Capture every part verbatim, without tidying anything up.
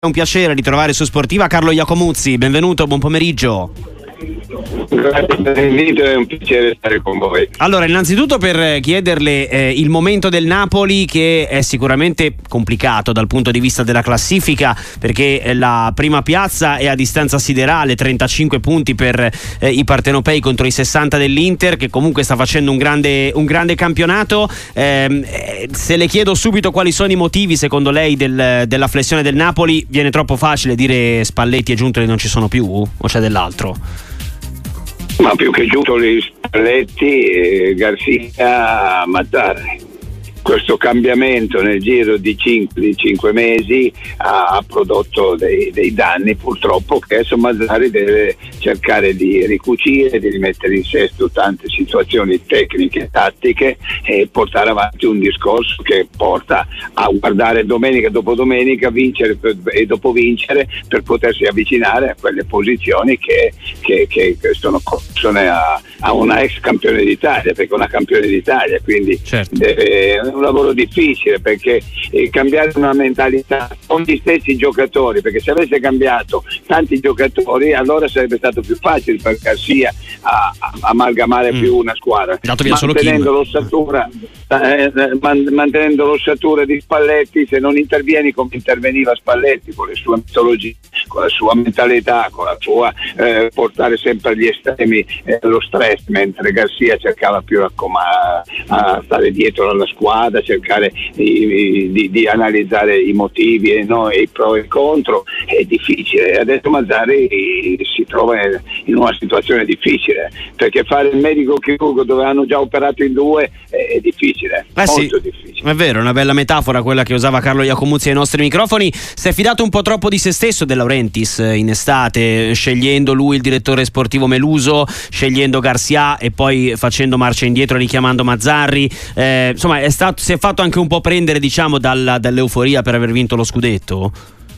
È un piacere ritrovare su Sportiva Carlo Iacomuzzi, benvenuto, buon pomeriggio. Grazie per l'invito, è un piacere stare con voi. Allora, innanzitutto per chiederle eh, il momento del Napoli, che è sicuramente complicato dal punto di vista della classifica, perché la prima piazza è a distanza siderale, trentacinque punti per eh, i partenopei contro i sessanta dell'Inter, che comunque sta facendo un grande, un grande campionato. Eh, se le chiedo subito quali sono i motivi secondo lei del, della flessione del Napoli, viene troppo facile dire Spalletti e Giuntoli non ci sono più, o c'è dell'altro? Ma più che Giuntoli, Spalletti, eh, Garcia, Mazzarri. Questo cambiamento nel giro di cinque mesi ha, ha prodotto dei, dei danni, purtroppo, che adesso Mazzarri deve cercare di ricucire, di rimettere in sesto tante situazioni tecniche e tattiche e portare avanti un discorso che porta a guardare domenica dopo domenica, vincere per, e dopo vincere, per potersi avvicinare a quelle posizioni che, che, che, che sono consone a, a una ex campione d'Italia, perché è una campione d'Italia, quindi certo. deve un lavoro difficile, perché eh, cambiare una mentalità con gli stessi giocatori, perché se avesse cambiato tanti giocatori allora sarebbe stato più facile per Garcia a, a amalgamare mm. più una squadra, mantenendo l'ossatura eh, man, mantenendo l'ossatura di Spalletti. Se non intervieni come interveniva Spalletti, con le sue metodologie, con la sua mentalità, con la sua eh, portare sempre agli estremi eh, lo stress, mentre Garcia cercava più a, a, a stare dietro alla squadra, cercare di, di, di analizzare i motivi e, no, e i pro e i contro. È difficile. Adesso Mazzarri si trova in una situazione difficile, perché fare il medico chirurgo dove hanno già operato in due è difficile, eh molto sì, difficile. È vero, è una bella metafora quella che usava Carlo Iacomuzzi ai nostri microfoni. Si è fidato un po' troppo di se stesso, De Laurentiis, in estate, scegliendo lui il direttore sportivo Meluso, scegliendo Garcia e poi facendo marcia indietro richiamando Mazzarri. Eh, insomma, è stato, si è fatto anche un po' prendere, diciamo, dalla, dall'euforia per aver vinto lo scudetto?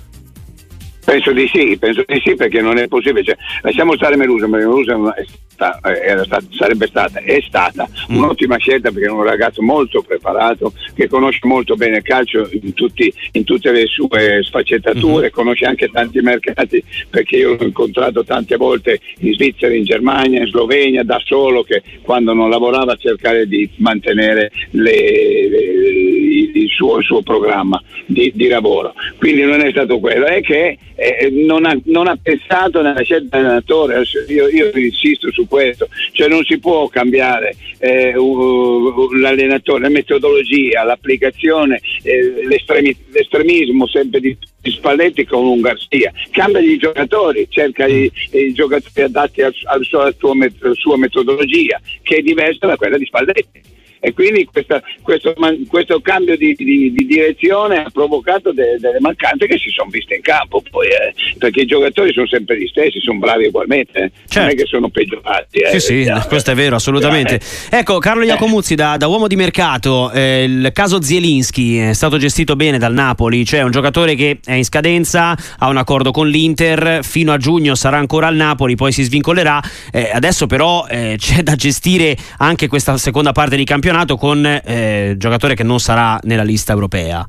Penso di sì, penso di sì, perché non è possibile. Cioè, lasciamo stare Meluso, ma Meluso è stata, era stata, sarebbe stata, è stata mm. un'ottima scelta, perché è un ragazzo molto preparato, che conosce molto bene il calcio in, tutti, in tutte le sue sfaccettature, mm. conosce anche tanti mercati, perché io l'ho incontrato tante volte in Svizzera, in Germania, in Slovenia, da solo, che quando non lavorava a cercare di mantenere le, le, il, suo, il suo programma di, di lavoro. Quindi non è stato quello, è che Eh, non, ha, non ha pensato nella scelta dell'allenatore. Io, io insisto su questo, cioè non si può cambiare eh, uh, l'allenatore, la metodologia, l'applicazione, eh, l'estremi, l'estremismo sempre di, di Spalletti con un Garcia. Cambia i giocatori, cerca i, i giocatori adatti al, al suo, al suo, alla sua metodologia, che è diversa da quella di Spalletti. E quindi questa, questo, questo cambio di, di, di direzione ha provocato de, delle mancanze che si sono viste in campo, poi, eh, perché i giocatori sono sempre gli stessi, sono bravi ugualmente, eh. certo. non è che sono peggiorati. Eh, sì, sì, questo è vero, assolutamente. Eh. Ecco, Carlo Iacomuzzi, da, da uomo di mercato, eh, il caso Zielinski è stato gestito bene dal Napoli, cioè un giocatore che è in scadenza, ha un accordo con l'Inter, fino a giugno sarà ancora al Napoli, poi si svincolerà. Eh, adesso però eh, c'è da gestire anche questa seconda parte di campionato con eh, giocatore che non sarà nella lista europea.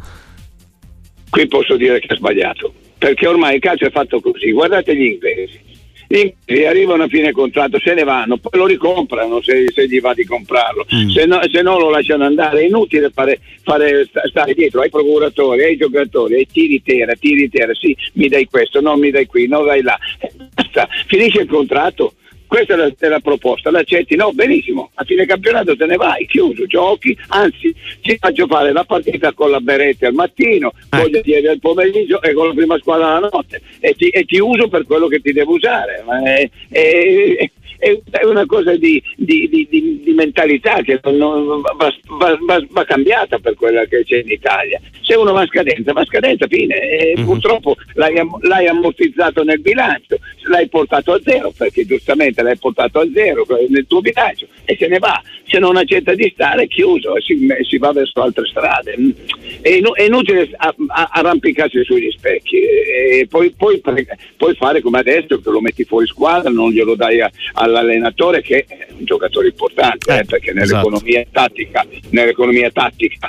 Qui posso dire che ha sbagliato, perché ormai il calcio è fatto così. Guardate gli inglesi, gli inglesi arrivano a fine contratto, se ne vanno, poi lo ricomprano se, se gli va di comprarlo, mm. se, no, se no lo lasciano andare. È inutile fare, fare stare dietro ai procuratori, ai giocatori, ai tiri terra, tiri terra, sì, mi dai questo, no mi dai qui, no vai là, basta, finisce il contratto. Questa è la, è la proposta, l'accetti? No, benissimo, a fine campionato te ne vai, chiuso, giochi, anzi ci faccio fare la partita con la Beretta al mattino, eh. con gli ieri al pomeriggio e con la prima squadra la notte, e ti, e ti uso per quello che ti devo usare. Ma è, è, è una cosa di, di, di, di, di mentalità che non, va, va, va, va cambiata per quella che c'è in Italia. Se uno va a scadenza, va a scadenza, fine, e mm-hmm. purtroppo l'hai, l'hai ammortizzato nel bilancio, l'hai portato a zero, perché giustamente l'hai portato a zero nel tuo bilancio, e se ne va. Se non accetta di stare, è chiuso, e si, si va verso altre strade. È, inu- è inutile a, a, arrampicarsi sugli specchi, e poi, poi, poi fare come adesso, che lo metti fuori squadra, non glielo dai a, all'allenatore, che è un giocatore importante, eh, eh, perché nell'economia esatto. tattica nell'economia tattica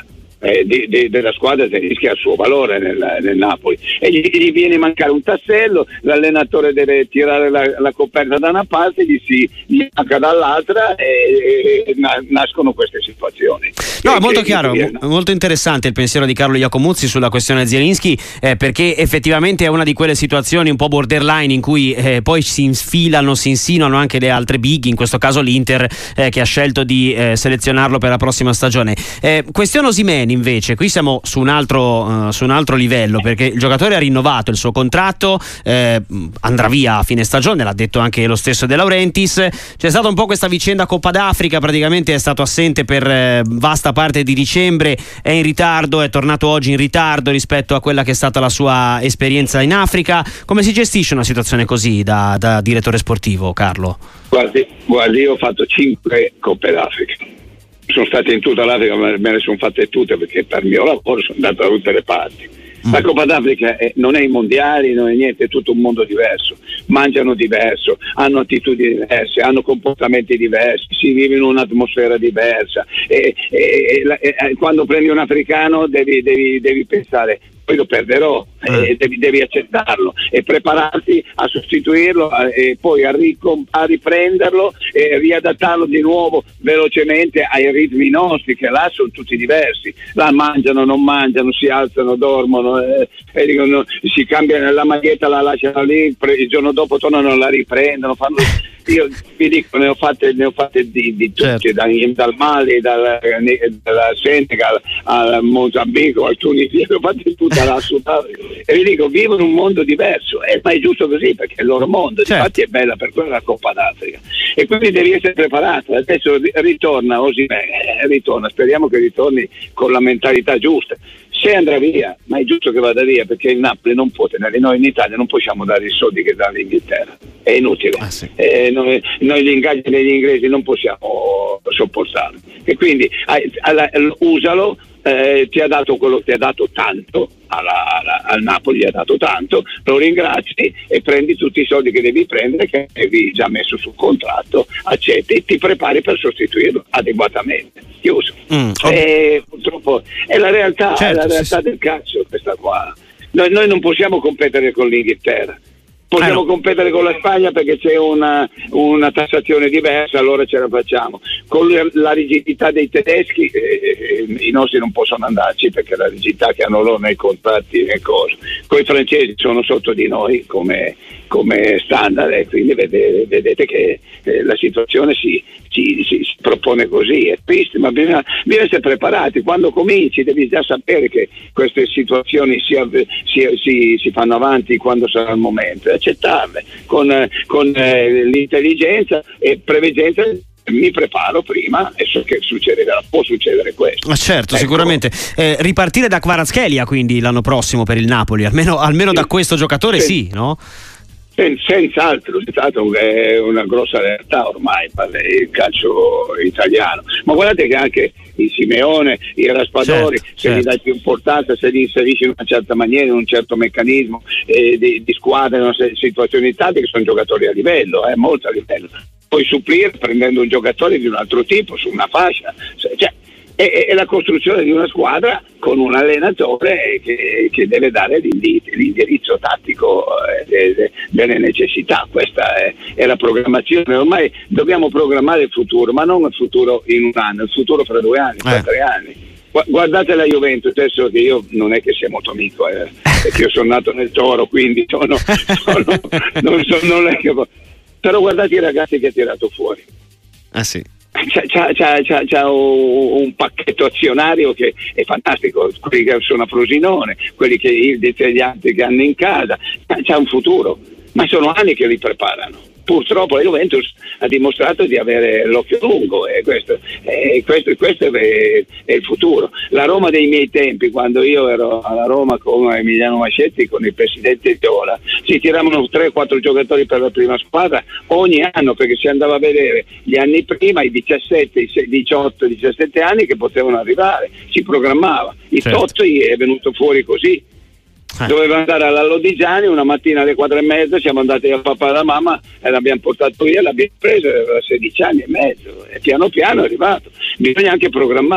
eh, di, di, della squadra tedesca ha il suo valore nel, nel Napoli, e gli, gli viene a mancare un tassello, l'allenatore deve tirare la, la coperta da una parte, gli si gli manca dall'altra e, e nascono queste situazioni. No, è molto chiaro, molto interessante il pensiero di Carlo Iacomuzzi sulla questione Zielinski, eh, perché effettivamente è una di quelle situazioni un po' borderline in cui eh, poi si infilano, si insinuano anche le altre big, in questo caso l'Inter eh, che ha scelto di eh, selezionarlo per la prossima stagione. Eh, questione Osimhen invece, qui siamo su un altro, uh, su un altro livello, perché il giocatore ha rinnovato il suo contratto, eh, andrà via a fine stagione, l'ha detto anche lo stesso De Laurentiis. C'è stata un po' questa vicenda Coppa d'Africa, praticamente è stato assente per eh, vasta parte di dicembre, è in ritardo, è tornato oggi in ritardo rispetto a quella che è stata la sua esperienza in Africa. Come si gestisce una situazione così da, da direttore sportivo, Carlo? Guardi, guardi, io ho fatto cinque Coppe d'Africa, sono state in tutta l'Africa, ma me ne sono fatte tutte perché per il mio lavoro sono andato da tutte le parti. La Coppa d'Africa è, non è i mondiali, non è niente, è tutto un mondo diverso, mangiano diverso, hanno attitudini diverse, hanno comportamenti diversi, si vive in un'atmosfera diversa e, e, e, e quando prendi un africano devi, devi, devi pensare poi lo perderò, eh. e devi, devi accettarlo e prepararti a sostituirlo e poi a, ricom- a riprenderlo e riadattarlo di nuovo velocemente ai ritmi nostri, che là sono tutti diversi. Là mangiano, non mangiano, si alzano, dormono, eh, e dicono, si cambiano la maglietta, la lasciano lì, pre- il giorno dopo tornano, la riprendono, fanno... Io vi dico, ne ho fatte, ne ho fatte di, di tutti, certo. dal, dal Mali, dal, dal Senegal al Mozambico, al Tunisia, ne ho fatte tutte alla Sudafrica, e vi dico, vivono un mondo diverso, eh, ma è giusto così perché è il loro mondo, certo. Infatti è bella per quella la Coppa d'Africa, e quindi devi essere preparato. Adesso ritorna Osimhen, eh, ritorna, speriamo che ritorni con la mentalità giusta. Se andrà via, ma è giusto che vada via, perché il Napoli non può tenere, noi in Italia non possiamo dare i soldi che dà l'Inghilterra, è inutile. Ah, sì. eh, noi, noi gli ingaggi degli inglesi non possiamo sopportarli, e quindi alla, usalo, eh, ti ha dato quello, ti ha dato tanto alla, alla, al Napoli, gli ha dato tanto, lo ringrazi e prendi tutti i soldi che devi prendere, che avevi già messo sul contratto, accetti e ti prepari per sostituirlo adeguatamente. Chiuso. Mm, e purtroppo è la realtà, certo, è la realtà sì, del calcio questa qua. Noi, noi non possiamo competere con l'Inghilterra. Possiamo ah, no. competere con la Spagna perché c'è una, una tassazione diversa, allora ce la facciamo. Con la rigidità dei tedeschi eh, i nostri non possono andarci, perché la rigidità che hanno loro nei contratti e cose. Con i francesi sono sotto di noi come, come standard, e quindi vedete, vedete che eh, la situazione si, si, si, si propone così. È triste, ma bisogna, bisogna essere preparati. Quando cominci devi già sapere che queste situazioni si, si, si, si fanno avanti quando sarà il momento, accettarle con, con eh, l'intelligenza e preveggenza. Mi preparo prima e so che succederà, può succedere questo. Ma certo, ecco. Sicuramente eh, ripartire da Kvaratskhelia quindi l'anno prossimo per il Napoli, almeno, almeno sì. da questo giocatore sì, sì no? Sen- senz'altro, senz'altro è una grossa realtà ormai il calcio italiano, ma guardate che anche il Simeone, i Raspadori, certo, se certo. gli dai più importanza, se li inserisci in una certa maniera, in un certo meccanismo eh, di, di squadra, in una situazione tattica, sono giocatori a livello, eh, molto a livello. Puoi supplire prendendo un giocatore di un altro tipo su una fascia, cioè, è, è la costruzione di una squadra con un allenatore che, che deve dare l'indirizzo tattico eh, delle necessità. Questa è, è la programmazione. Ormai dobbiamo programmare il futuro, ma non il futuro in un anno, il futuro fra due anni, fra eh. tre anni. Guardate la Juventus, adesso che io non è che sia molto amico, eh, perché io sono nato nel Toro, quindi sono, sono, non sono non è che... Però guardate i ragazzi che ha tirato fuori. Ah sì. C'ha, c'ha, c'ha, c'ha, c'ha un, un pacchetto azionario che è fantastico, quelli che sono a Frosinone, quelli che gli altri che hanno in casa, c'ha un futuro, ma sono anni che li preparano. Purtroppo la Juventus ha dimostrato di avere l'occhio lungo, e questo, e questo, questo è, è il futuro. La Roma dei miei tempi, quando io ero alla Roma con Emiliano Mascetti, con il presidente Viola, si tiravano tre quattro giocatori per la prima squadra ogni anno, perché si andava a vedere gli anni prima, i diciassette, i diciotto, diciassette anni che potevano arrivare, si programmava. Il certo. Totto è venuto fuori così. Eh. Doveva andare alla Lodigiani una mattina alle quattro e mezza, siamo andati a papà e alla mamma e l'abbiamo portato via, l'abbiamo preso, aveva sedici anni e mezzo, e piano piano è arrivato. Bisogna anche programmare.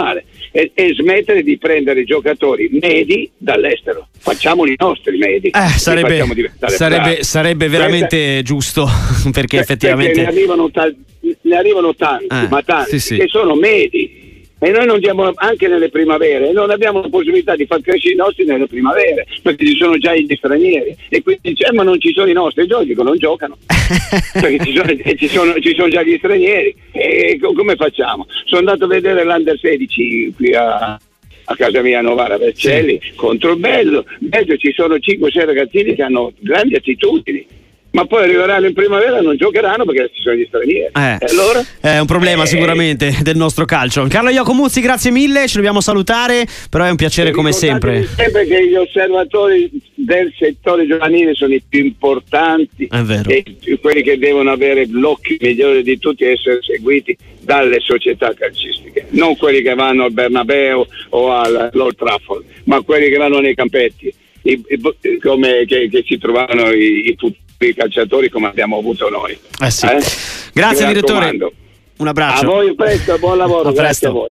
e, e smettere di prendere giocatori medi dall'estero. Facciamoli i nostri medi. Eh, sarebbe, sarebbe, sarebbe veramente Questa, giusto, perché effettivamente perché ne arrivano, ta- ne arrivano tanti, eh, ma tanti sì, sì. che sono medi. E noi non diamo anche nelle primavere, non abbiamo la possibilità di far crescere i nostri nelle primavere, perché ci sono già gli stranieri. E quindi dice, eh, ma non ci sono i nostri, giochi non giocano. Perché ci sono, ci, sono, ci sono già gli stranieri. E come facciamo? Sono andato a vedere l'Under sedici qui a, a casa mia a Novara Vercelli, sì. contro il Bello. Bello ci sono cinque sei ragazzini che hanno grandi attitudini. Ma poi arriveranno in primavera e non giocheranno perché ci sono gli stranieri. Eh, e allora? È un problema eh, sicuramente del nostro calcio. Carlo Iacomuzzi, grazie mille, ci dobbiamo salutare, però è un piacere come sempre. Sempre che gli osservatori del settore giovanile sono i più importanti, è vero. E quelli che devono avere l'occhio migliore di tutti e essere seguiti dalle società calcistiche, non quelli che vanno al Bernabeu o all'Old Trafford, ma quelli che vanno nei campetti, i, i, come che, che si trovano i, i futuri i calciatori come abbiamo avuto noi. Eh sì. Eh? Grazie direttore. Un abbraccio. A voi presto, buon lavoro. A Grazie a voi.